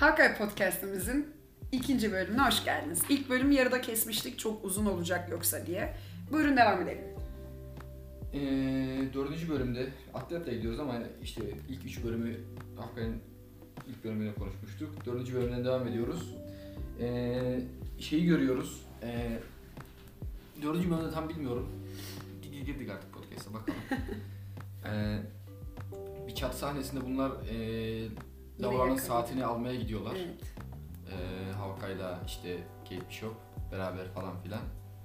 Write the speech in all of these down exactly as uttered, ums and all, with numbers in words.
Hakkari Podcast'ımızın ikinci bölümüne hoş geldiniz. İlk bölümü yarıda kesmiştik, çok uzun olacak yoksa diye. Buyurun devam edelim. Ee, dördüncü bölümde atletle gidiyoruz ama işte ilk üç bölümü Hakkari'nin ilk bölümüyle konuşmuştuk. Dördüncü bölümden devam ediyoruz. Ee, şeyi görüyoruz. Ee, dördüncü bölümde tam bilmiyorum. Girdik artık podcast'a bakalım. ee, bir çat sahnesinde bunlar ee, Laura'nın saatini almaya gidiyorlar. Evet. Ee, Hawkeye'la işte Kate Bishop beraber falan filan.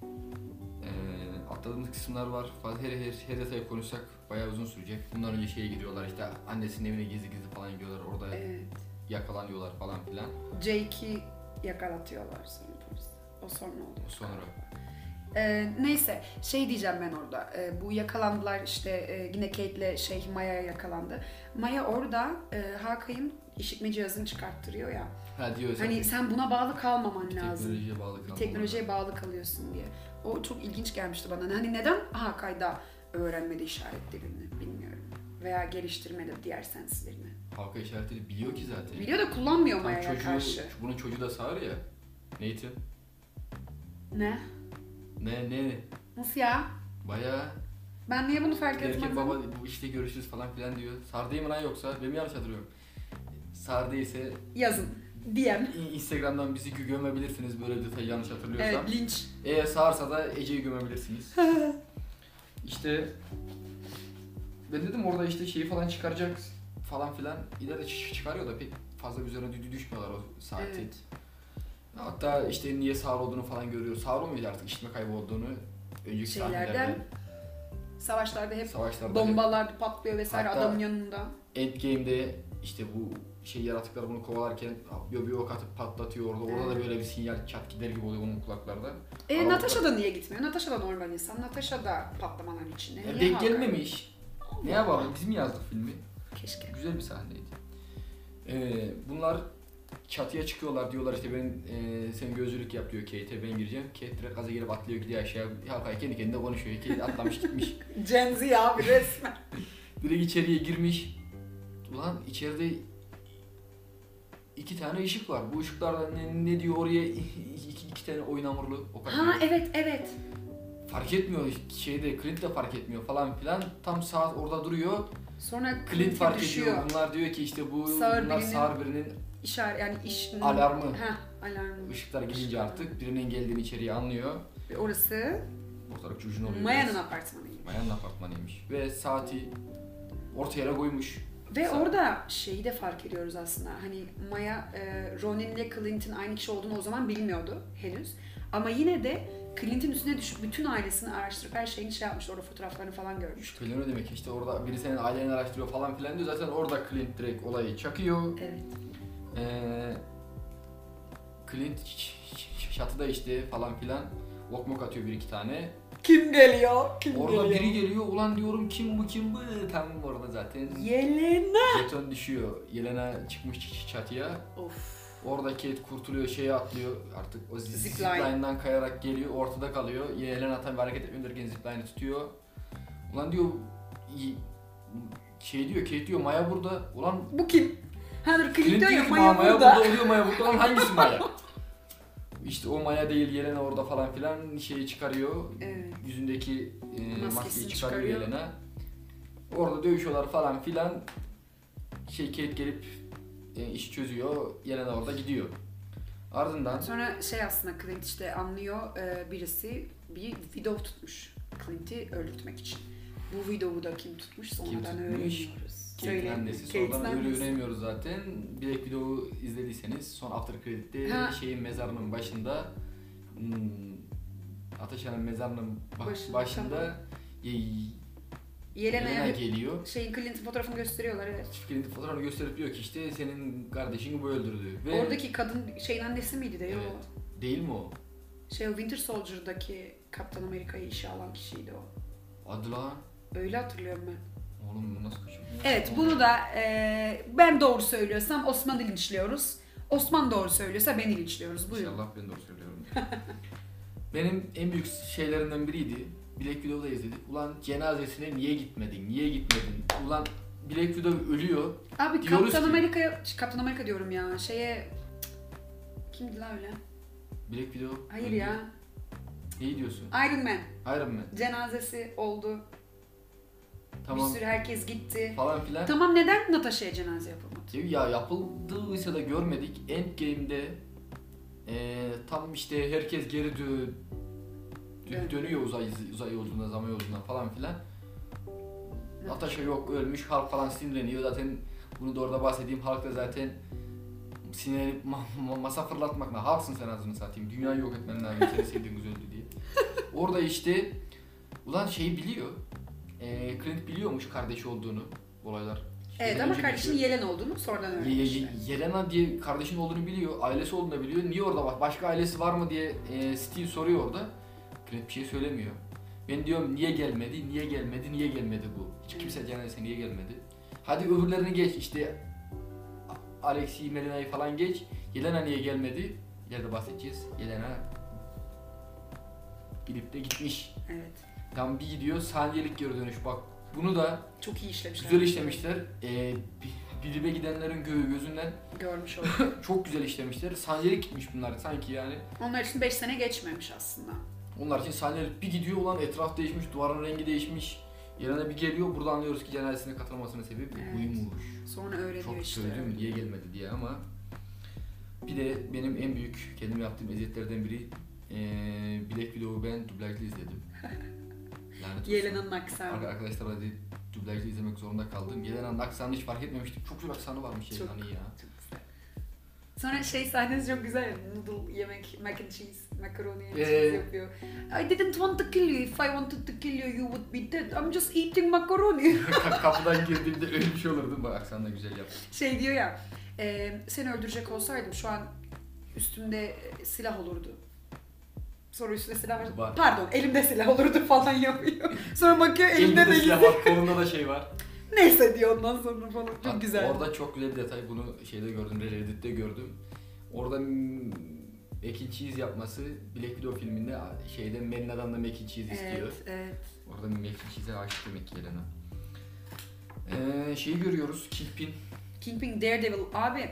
Ee, atladığımız kısımlar var. Fazla her, her, her detayı konuşsak bayağı uzun sürecek. Bundan önce şeye giriyorlar işte annesinin evine gizli gizli falan gidiyorlar. Orada Evet. yakalanıyorlar falan filan. Jake'i yakalatıyorlar sonra polis. O sonra oldu. O sonra. Ee, neyse şey diyeceğim ben orada. Ee, bu yakalandılar işte e, yine Kate'le şey Maya yakalandı. Maya orada e, Hawkeye'in işitme cihazını çıkarttırıyor ya. Ha diyor sen. Hani sen buna bağlı kalmaman bir lazım. Teknolojiye bağlı kalmaman. Teknolojiye bağlı kalıyorsun diye. O çok ilginç gelmişti bana. Hani neden Hawkeye'da öğrenmedi işaretlerini bilmiyorum. Veya geliştirmedi diğer senslerini. Hawkeye işaretleri biliyor ki zaten. Biliyor da kullanmıyor Tam Maya'ya çocuğu, karşı. Bunun çocuğu da sağır ya. Nathan. Ne? Ne ne? Nasıl ya? Bayağı. Ben niye bunu fark Derken etmedim? baba bu işte görüşürüz falan filan diyor. Sağır değil mi lan yoksa? Ben mi yanlış hatırlıyorum? Sağır değilse Yazın. Diyen. Instagram'dan bizi gömebilirsiniz böyle bir detayı yanlış hatırlıyorsam. Evet, linç. Eğer sağırsa da Ece'yi gömebilirsiniz. İşte ben dedim orada işte şeyi falan çıkaracak falan filan. İleride çıkarıyor da pek fazla üzerine düşmüyorlar o saati. Evet. Hatta işte niye sağır olduğunu falan görüyor. Sağır olmuyordu artık işitme kaybı olduğunu. Önceki Şeylerden, sahnelerde. Savaşlarda hep Savaşlarda bombalar hep patlıyor vesaire Hatta adamın yanında. Endgame'de işte bu şey yaratıklar bunu kovalarken bir ok atıp patlatıyor orada. Orada da böyle bir sinyal çat gider gibi oluyor onun kulaklarda. E Ama Natasha da niye gitmiyor? Natasha da normal insan. Natasha da patlamaların içinde. Ya Niye denk Hawkeye? gelmemiş. Ne yapalım? Biz mi yazdık filmi? Keşke. Güzel bir sahneydi. Ee, bunlar çatıya çıkıyorlar diyorlar işte ben e, sen gözcülük yap diyor Kate'e ben gireceğim. Kate direkt gaza gelip atlıyor gidiyor aşağıya. Hawkeye kendi kendine konuşuyor. Kate atlamış gitmiş. Gen Z abi resmen. Direkt içeriye girmiş. Ulan içeride iki tane ışık var. Bu ışıklardan ne, ne diyor oraya iki, iki tane oyun hamurlu o kadar. Ha evet evet. Fark etmiyor şeyde Clint de fark etmiyor falan filan. Tam saat orada duruyor. Sonra Clint fark düşüyor. ediyor. Bunlar diyor ki işte bu Sağır bunlar birinin- sağır birinin İşaret yani iş alarmı. Ha alarmı. Işıklar gidince artık birinin geldiğini içeriye anlıyor. Ve orası Ortalık çocuğun oluyor. Maya'nın apartmanıymış. Maya'nın apartmanıymış. Ve saati orta yere koymuş. Ve Saat. orada şeyi de fark ediyoruz aslında. Hani Maya, e, Ronin ile Clint'in aynı kişi olduğunu o zaman bilmiyordu henüz. Ama yine de Clint'in üstüne düşüp bütün ailesini araştırıp her şeyini şey yapmış. Orada fotoğraflarını falan görmüş. Şüpheli ne demek işte orada biri senin aileni araştırıyor falan filan diyor. Zaten orada Clint direkt olayı çakıyor. Evet. Ee, Clint ş- ş- çatıda işte falan filan ok mok atıyor bir iki tane. Kim geliyor? Kim Orada geliyor? biri geliyor ulan diyorum kim bu kim bu tam orada zaten. Yelena. Jeton düşüyor. Yelena çıkmış ç- çatıya. Of. Orada Kate kurtuluyor şeye atlıyor artık o Zipline. zipline'dan kayarak geliyor ortada kalıyor. Yelena tam bir hareket etmiyorken zipline'ı tutuyor. Ulan diyor y- şey diyor Kate diyor Maya burada. Ulan Bu kim? Ha dur Clint Clint diyor ya diyor ki Maya Maya burada. burada oluyor Maya burada. Lan hangisi Maya? İşte o Maya değil Yelena orada falan filan şeyi çıkarıyor. Evet. Yüzündeki e, Maskesini maskeyi çıkarıyor, çıkarıyor. Yelena. Orada dövüşüyorlar falan filan. Şey Kate gelip e, işi çözüyor. Yelena orada gidiyor. Ardından Sonra şey aslında Clint işte anlıyor e, birisi bir video tutmuş Clint'i öldürtmek için. Bu videoyu da kim tutmuş sonradan Kim tutmuş? öğreniyoruz. Kate'in annesi. Kate'in Sonradan öyle annesi. öğrenemiyoruz zaten. Black Widow'u izlediyseniz son after credit'te Ha. şeyin mezarının başında hmm, Atasha'nın mezarının baş, Başında, başında tamam. y- Yelena'ya Yelena hep geliyor. şeyin Clint'in fotoğrafını gösteriyorlar evet. Clint'in fotoğrafını gösterip diyor ki işte senin kardeşini bu öldürdü. Ve Oradaki kadın şeyin annesi miydi de evet, o. değil mi o? Şey o Winter Soldier'daki Kaptan Amerika'yı işe alan kişiydi o. Adı lan. Öyle hatırlıyorum ben. Oğlum nasıl kaçıyor? Evet bunu da e, ben doğru söylüyorsam Osman'ı linçliyoruz. Osman doğru söylüyorsa beni linçliyoruz. Buyurun. İnşallah ben doğru söylüyorum. Benim en büyük şeylerimden biriydi. Black Widow'da izledik. Ulan cenazesine niye gitmedin? Niye gitmedin? Ulan Black Widow ölüyor. Abi Diyoruz Kaptan ki- Amerika'ya, Kaptan Amerika diyorum ya, şeye... Kimdi lan öyle? Black Widow Hayır öldü. ya. Neyi diyorsun? Iron Man. Iron Man. Cenazesi oldu. Tamam. Bir sürü herkes gitti. Falan filan. Tamam, neden Natasha'ya cenaze yapılmadı? Ya yapıldıysa da görmedik. Endgame'de eee tam işte herkes geri dö dö- Dön. dönüyor uzay uzay yolculuğuna, zaman yolculuğuna falan filan. Natasha yok, ölmüş, Hulk falan sinirleniyor. Zaten bunu da orada bahsedeyim. Hulk da zaten sinirlenip ma- ma- masa fırlatmakla, Hulk'sın sen ağzını satayım, dünyayı yok etmen lazım, seni sevdiğin kız öldü diye. Orada işte ulan şeyi biliyor, eee Clint biliyormuş kardeşi olduğunu, olaylar. Evet ama kardeşinin Yelen olduğunu sonradan Ye- öğrenmiş. Ye- Yelena diye kardeşinin olduğunu biliyor, ailesi olduğunu da biliyor. Niye orada var? Başka ailesi var mı diye e, Steve soruyor orada. Clint bir şey söylemiyor. Ben diyorum niye gelmedi, niye gelmedi, niye gelmedi bu? Hiç kimse cenazesine niye gelmedi? Hadi öbürlerini geç, işte Alexi, Melina'yı falan geç. Yelena niye gelmedi? İleride bahsedeceğiz. Yelena gidip de gitmiş. Evet. Tam bir gidiyor, saniyelik geri dönüş. Bak bunu da Çok iyi işlemişler. güzel işlemişler. Ee, bi- bilime gidenlerin gö- gözünden Görmüş oldum. çok güzel işlemişler. Saniyelik gitmiş bunlar sanki yani. Onlar için beş sene geçmemiş aslında. Onlar için saniyelik bir gidiyor ulan, etraf değişmiş, duvarın rengi değişmiş. Yerine bir geliyor, burada anlıyoruz ki cenazesine katılmasının sebebi Evet. buymuş. Sonra öğreniyor Çok işte. söyledim niye gelmedi diye ama bir de benim en büyük kendim yaptığım eziyetlerden biri ee, Black Widow'u ben dublajlı izledim. Lanet olsun. Yelena'nın aksanı. Ar- Arkadaşlar hadi dublajlı izlemek zorunda kaldım. Yelena'nın aksanını hiç fark etmemiştim. Çok güzel aksanı varmış Çok- Yelena'nın ya. Çok güzel. Sonra şey sahnesi çok güzel. Noodle yemek, mac and cheese, macaroni and Ee, cheese yapıyor. I didn't want to kill you. If I wanted to kill you, you would be dead. I'm just eating macaroni. Ka- Kapıdan girdiğimde öyle bir şey olurdu. Bak aksanı da güzel yaptı. Şey diyor ya, e, seni öldürecek olsaydım şu an üstümde e, silah olurdu. Sonra üstünde silah var. Var. Pardon, elimde silah olurdu falan yapıyor. Sonra bakıyor elimde Elinde de değil. silah var, kolunda da şey var. Neyse diyor ondan sonra falan. Çok Bak, güzel. Orada çok güzel bir detay. Bunu şeyde gördüm, Reddit'te gördüm. Orada mm, mac and cheese yapması Black Widow filminde şeyde Melina'dan da mac and cheese istiyor. Evet, evet. Orada mac and cheese'e aşık demek ki Yelena. Ee, şeyi görüyoruz, Kingpin. Kingpin, Daredevil abi.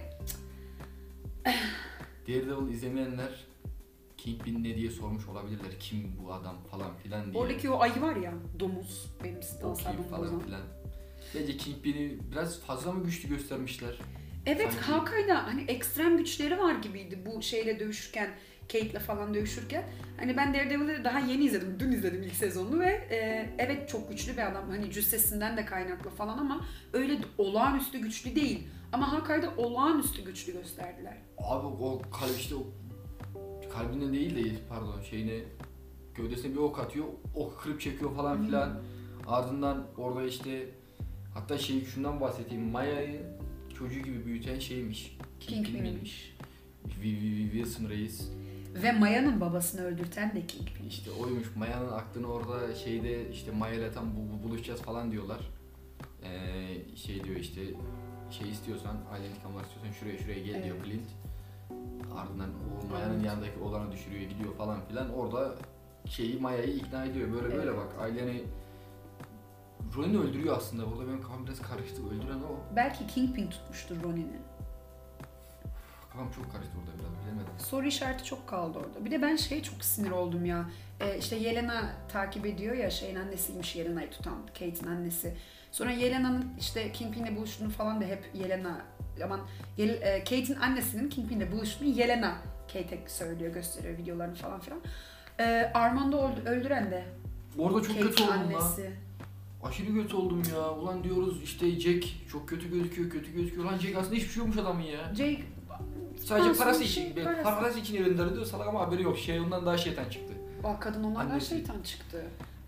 Daredevil izlemeyenler Kingpin ne diye sormuş olabilirler. Kim bu adam falan filan diye. Oradaki o ayı var ya, domuz. Benim O asabımı kim falan bozan. filan. Bence Kingpin'i biraz fazla mı güçlü göstermişler? Evet, Sanki- Hawkeye'da hani ekstrem güçleri var gibiydi bu şeyle dövüşürken, Kate'le falan dövüşürken. Hani ben Daredevil'i daha yeni izledim, dün izledim ilk sezonunu ve e, evet çok güçlü bir adam. Hani cüssesinden de kaynaklı falan ama öyle olağanüstü güçlü değil. Ama Hawkeye'da olağanüstü güçlü gösterdiler. Abi o kalp işte o kalbine değil de pardon şeyine gövdesine bir ok atıyor, ok kırıp çekiyor falan Hmm. filan. Ardından orada işte hatta şey şundan bahsedeyim. Maya'yı çocuğu gibi büyüten şeymiş. Kingpin'miş. Vi- Vi- Vi- Wilson Reis. Ve Maya'nın babasını öldürten de Kingpin. İşte oymuş. Maya'nın aklını orada şeyde işte Maya ile tam bu- bu- buluşacağız falan diyorlar. Ee, şey diyor işte şey istiyorsan, aile intikamlar istiyorsan şuraya şuraya gel diyor Evet. Clint. Ardından o Maya'nın Evet. yanındaki oğlanı düşürüyor, gidiyor falan filan. Orada şeyi Maya'yı ikna ediyor. Böyle böyle Evet. bak aileni Ronin'i öldürüyor aslında. Burada benim kafam biraz karıştı. Öldüren o. Belki Kingpin tutmuştur Ronin'i. Kafam çok karıştı orada biraz, bilemedim. Soru işareti çok kaldı orada. Bir de ben şeye çok sinir oldum ya. Ee, işte Yelena takip ediyor ya, şeyin annesiymiş Yelena'yı tutan, Kate'in annesi. Sonra Yelena'nın işte Kingpin'le buluştuğunu falan da hep Yelena, aman Yel- e, Kate'in annesinin Kingpin'le buluştuğunu Yelena Kate'e söylüyor, gösteriyor videolarını falan filan. Ee, Armand'ı öld- öldüren de Orada çok kötü Kate'in oldum lan. annesi. Aşırı kötü oldum ya. Ulan diyoruz işte Jack çok kötü gözüküyor, kötü gözüküyor. Lan Jack aslında hiçbir şey yokmuş adamın ya. Jake Sadece Nasıl parası bir için, şey? be- Parası. parası için evlendiler diyor salak ama haberi yok. Şey ondan daha şeytan çıktı. bak kadın onlardan Annesi. şeytan çıktı.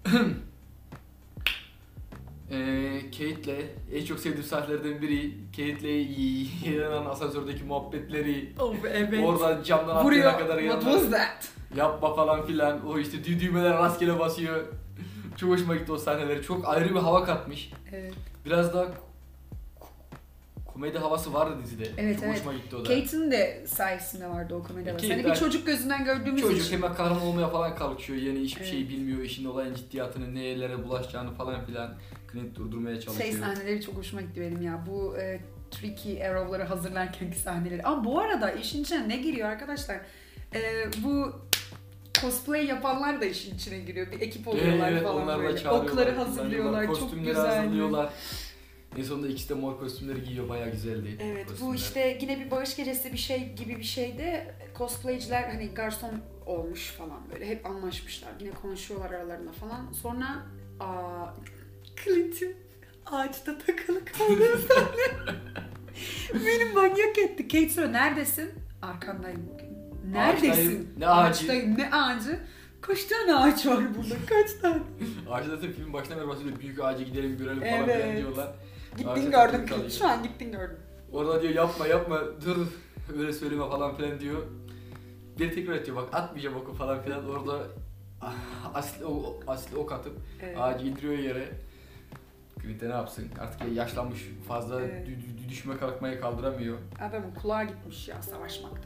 Ee, Kate'le en çok sevdiğim sahnelerden biri Kate'le Yelena'nın asansördeki muhabbetleri. Oh evet. Oradan camdan Vuruyor. atlayana kadar What yanına was that? yapma falan filan. O işte dü düğmeler rastgele basıyor. Çok hoşuma gitti o sahneleri. Çok ayrı bir hava katmış. Evet. Biraz daha komedi havası vardı dizide. Evet, Çok evet. hoşuma gitti o da. Kate'in de sayesinde vardı o komedi havası. Kate Hani bir ben- çocuk gözünden gördüğümüz Çocuk için. hemen kahraman olmaya falan kalkışıyor. Yeni hiçbir Evet. şey bilmiyor. İşin olayın ciddiyatını, nelere bulaşacağını falan filan. Clint durdurmaya çalışıyor. Şey sahneleri çok hoşuma gitti benim ya. Bu e, tricky arrow'ları hazırlarkenki sahneleri. Ama bu arada işin içine ne giriyor arkadaşlar? E, bu cosplay yapanlar da işin içine giriyor. Bir ekip oluyorlar evet, falan onlar da böyle. çağırıyorlar, Okları kullanıyorlar, hazırlıyorlar. Çok kostümleri güzel. hazırlıyorlar. En sonunda ikisi de mor kostümleri giyiyor. Bayağı güzeldi. Evet, kostümler. bu işte yine bir bağış gecesi bir şey gibi bir şeyde cosplayciler hani garson olmuş falan böyle hep anlaşmışlar. Yine konuşuyorlar aralarında falan. Sonra aa, Clint'in ağaçta takılı kaldığı sahne beni manyak etti. Kate soruyor, neredesin? Arkandayım bugün. Neredesin? Ağaçtayım. Ne ağacı? Ağaçtayım. Ne ağacı? Kaç tane ağaç var burada? Kaç tane? Ağaçta da filmin başına beri bahsediyor. Büyük ağaca gidelim görelim falan Evet. filan diyorlar. Gittin Ağaçta gördün takılı kalıyor. Clint. Şu an gittin gördün. Orada diyor yapma yapma dur öyle söyleme falan filan diyor. Bir tekrar ediyor bak atmayacağım oku falan filan orada ah, asli, o, asli ok atıp Evet. ağacı indiriyor yere. Clint de ne yapsın artık yaşlanmış fazla Evet. dü- dü- düşme kalkmayı kaldıramıyor. Adamın kulağı gitmiş ya savaşmaktan.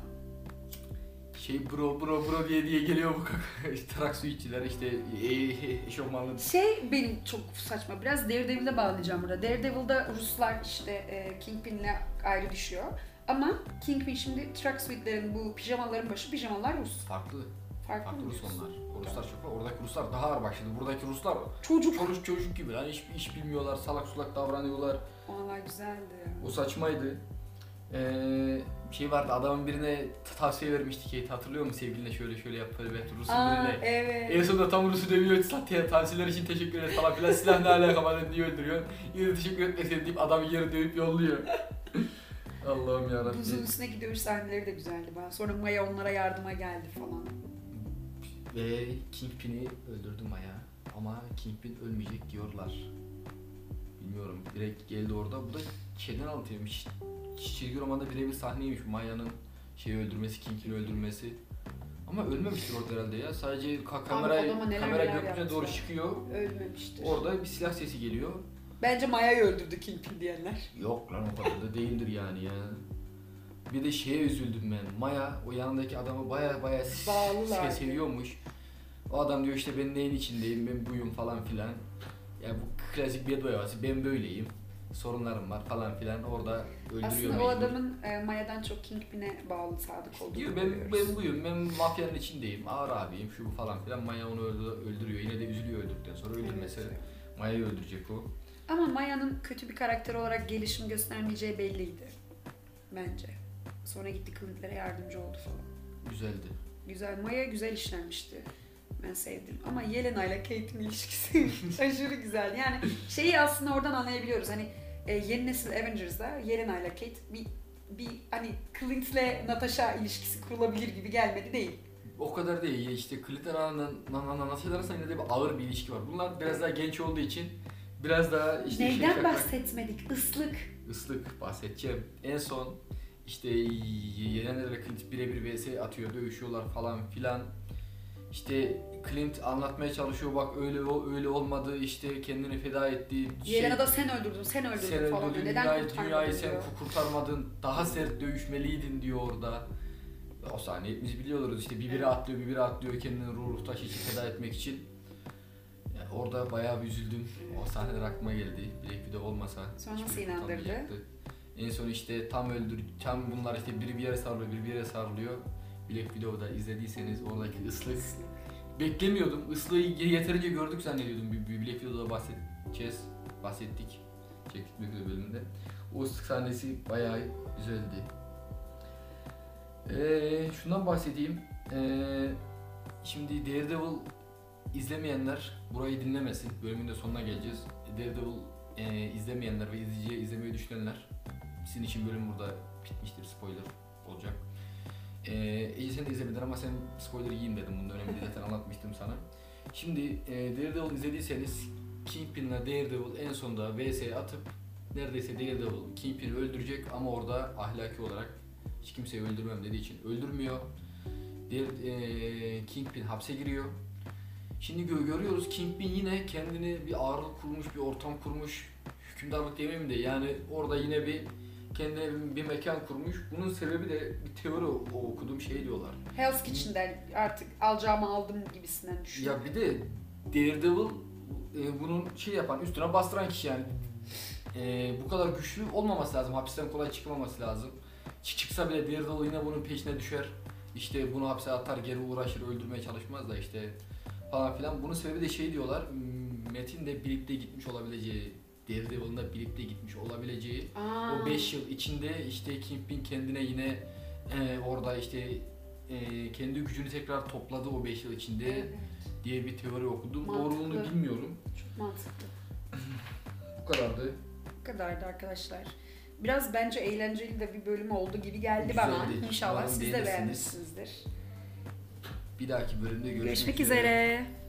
Şey bro bro bro diye diye geliyor bu kaka. işte traksuitçiler işte e, e, eşofmanlı. Şey benim çok saçma. Biraz Daredevil'e bağlayacağım burada. Daredevil'da Ruslar işte e, Kingpin'le ayrı düşüyor. Ama Kingpin şimdi tracksuitlerin bu pijamaların başı pijamalar Rus. Farklı. Farklı, Farklı mı Rus diyorsun? onlar. O Ruslar çok var. Oradaki Ruslar daha ağır başladı. Buradaki Ruslar Çocuk. çocuk çocuk gibi lan hiç iş bilmiyorlar, salak sulak davranıyorlar. Onlar güzeldi ya. O saçmaydı. Ee, şey vardı adamın birine t- tavsiye vermişti Kate hatırlıyor musun sevgiline şöyle şöyle yap böyle bir Rus'un Aa birine. evet. En sonunda tam Rus'u dövüyor satıya tavsiyeler için teşekkür ederim falan filan silah ne alaka falan diye öldürüyor. Yine de teşekkür etmek deyip adamı yere dövüp yolluyor. Allah'ım Buzun yarabbim. üstündeki dövüş sahneleri de güzeldi. Ben sonra Maya onlara yardıma geldi falan. Ve Kingpin'i öldürdü Maya ama Kingpin ölmeyecek diyorlar. Bilmiyorum direkt geldi orada. Bu da şeyden anlatıyormuş. Çizgi romanda birebir sahneymiş Maya'nın şeyi öldürmesi, Kingpin'i öldürmesi. Ama ölmemiştir orada herhalde ya. Sadece ka- kamera adama neler kamera neler gökyüzüne yaptılar. doğru çıkıyor. Ölmemiştir. Orada bir silah sesi geliyor. Bence Maya'yı öldürdü Kingpin diyenler. Yok lan o kadar da değildir yani ya. Bir de şeye üzüldüm ben. Maya o yanındaki adamı baya baya Bağlılardı. seviyormuş. O adam diyor işte ben neyin içindeyim, ben buyum falan filan. Ya bu klasik bir havası, ben böyleyim. Sorunlarım var falan filan. Orada öldürüyor Aslında mecbur. o adamın e, Maya'dan çok Kingpin'e bağlı sadık olduğunu Diyor ben, görüyoruz. ben buyum, ben mafyanın içindeyim, ağır abiyim, şu bu falan filan. Maya onu öldü- öldürüyor. Yine de üzülüyor öldükten sonra. Öldürmese Evet. Maya'yı öldürecek o. Ama Maya'nın kötü bir karakter olarak gelişim göstermeyeceği belliydi. Bence. Sonra gitti Clint'lere yardımcı oldu falan. Güzeldi. Güzel. Maya güzel işlenmişti. Ben sevdim. Ama Yelena ile Kate'in ilişkisi aşırı güzel. Yani şeyi aslında oradan anlayabiliyoruz. Hani e, yeni nesil Avengers'da Yelena ile Kate bir bir hani Clint'le Natasha ilişkisi kurulabilir gibi gelmedi değil. O kadar değil ya işte Clinton Ana'nın nasıl arasında yine de bir ağır bir ilişki var. Bunlar biraz daha genç olduğu için biraz daha işte şey Neyden şakrak- bahsetmedik? Islık. Islık bahsedeceğim. En son işte Yelena ve Clint birebir vs atıyor, dövüşüyorlar falan filan. İşte Clint anlatmaya çalışıyor bak öyle o öyle olmadı işte kendini feda etti. Yelena da sen öldürdün, sen öldürdün sen falan. öldürdün, Neden dünyayı, kurtarmadın dünyayı sen diyor. kurtarmadın, daha sert dövüşmeliydin diyor orada. O sahneyi hepimiz biliyoruz işte bir biri Evet. atlıyor bir biri atlıyor kendini ruh taş için feda etmek için. Yani orada bayağı bir üzüldüm. O sahneler aklıma geldi. Black Widow olmasa. Sonra hiçbiri nasıl inandırdı? kurtarmayacaktı. En son işte tam öldür, tam bunlar işte biri bir yere sarılıyor, biri bir yere sarılıyor. Black Widow'da izlediyseniz oradaki ıslık. Beklemiyordum. Islığı yeterince gördük zannediyordum. Bir, bir Black Widow'da bahsedeceğiz. Bahsettik. Çektik Black Widow bölümünde. O ıslık sahnesi bayağı güzeldi. Ee, şundan bahsedeyim. Ee, şimdi Daredevil izlemeyenler burayı dinlemesin. Bölümün de sonuna geleceğiz. Daredevil e, izlemeyenler ve izleyiciye izlemeyi düşünenler sizin için bölüm burada bitmiştir. Spoiler olacak. Ee, Ece sen de izlemedin ama sen spoiler yiyeyim dedim. Bunun önemli değil, zaten anlatmıştım sana. Şimdi e, Daredevil izlediyseniz Kingpin'le Daredevil en sonunda vs atıp neredeyse Daredevil Kingpin'i öldürecek ama orada ahlaki olarak hiç kimseyi öldürmem dediği için öldürmüyor. Dare, e, Kingpin hapse giriyor. Şimdi gö- görüyoruz Kingpin yine kendini bir ağırlık kurmuş, bir ortam kurmuş. Hükümdarlık demeyeyim de yani orada yine bir kendine bir mekan kurmuş. Bunun sebebi de bir teori o okuduğum şey diyorlar. Hell's Kitchen'den artık alacağımı aldım gibisinden düşünüyorum. Ya bir de Daredevil e, bunun şey yapan, üstüne bastıran kişi yani. E, bu kadar güçlü olmaması lazım. Hapisten kolay çıkmaması lazım. Çıksa bile Daredevil yine bunun peşine düşer. İşte bunu hapse atar, geri uğraşır, öldürmeye çalışmaz da işte falan filan. Bunun sebebi de şey diyorlar, Metin de birlikte gitmiş olabileceği, Daredevil'ın da birlikte gitmiş olabileceği. Aa. O beş yıl içinde işte Kingpin kendine yine e, orada işte e, kendi gücünü tekrar topladı o beş yıl içinde Evet. diye bir teori okudum. Mantıklı. Doğruluğunu bilmiyorum. Çok mantıklı. Bu kadardı. Bu kadardı arkadaşlar. Biraz bence eğlenceli de bir bölüm oldu gibi geldi Güzeldi. bana. İnşallah Umarım siz de beğenirsiniz. beğenmişsinizdir. Bir dahaki bölümde görüşmek, Görüşmek üzere. üzere.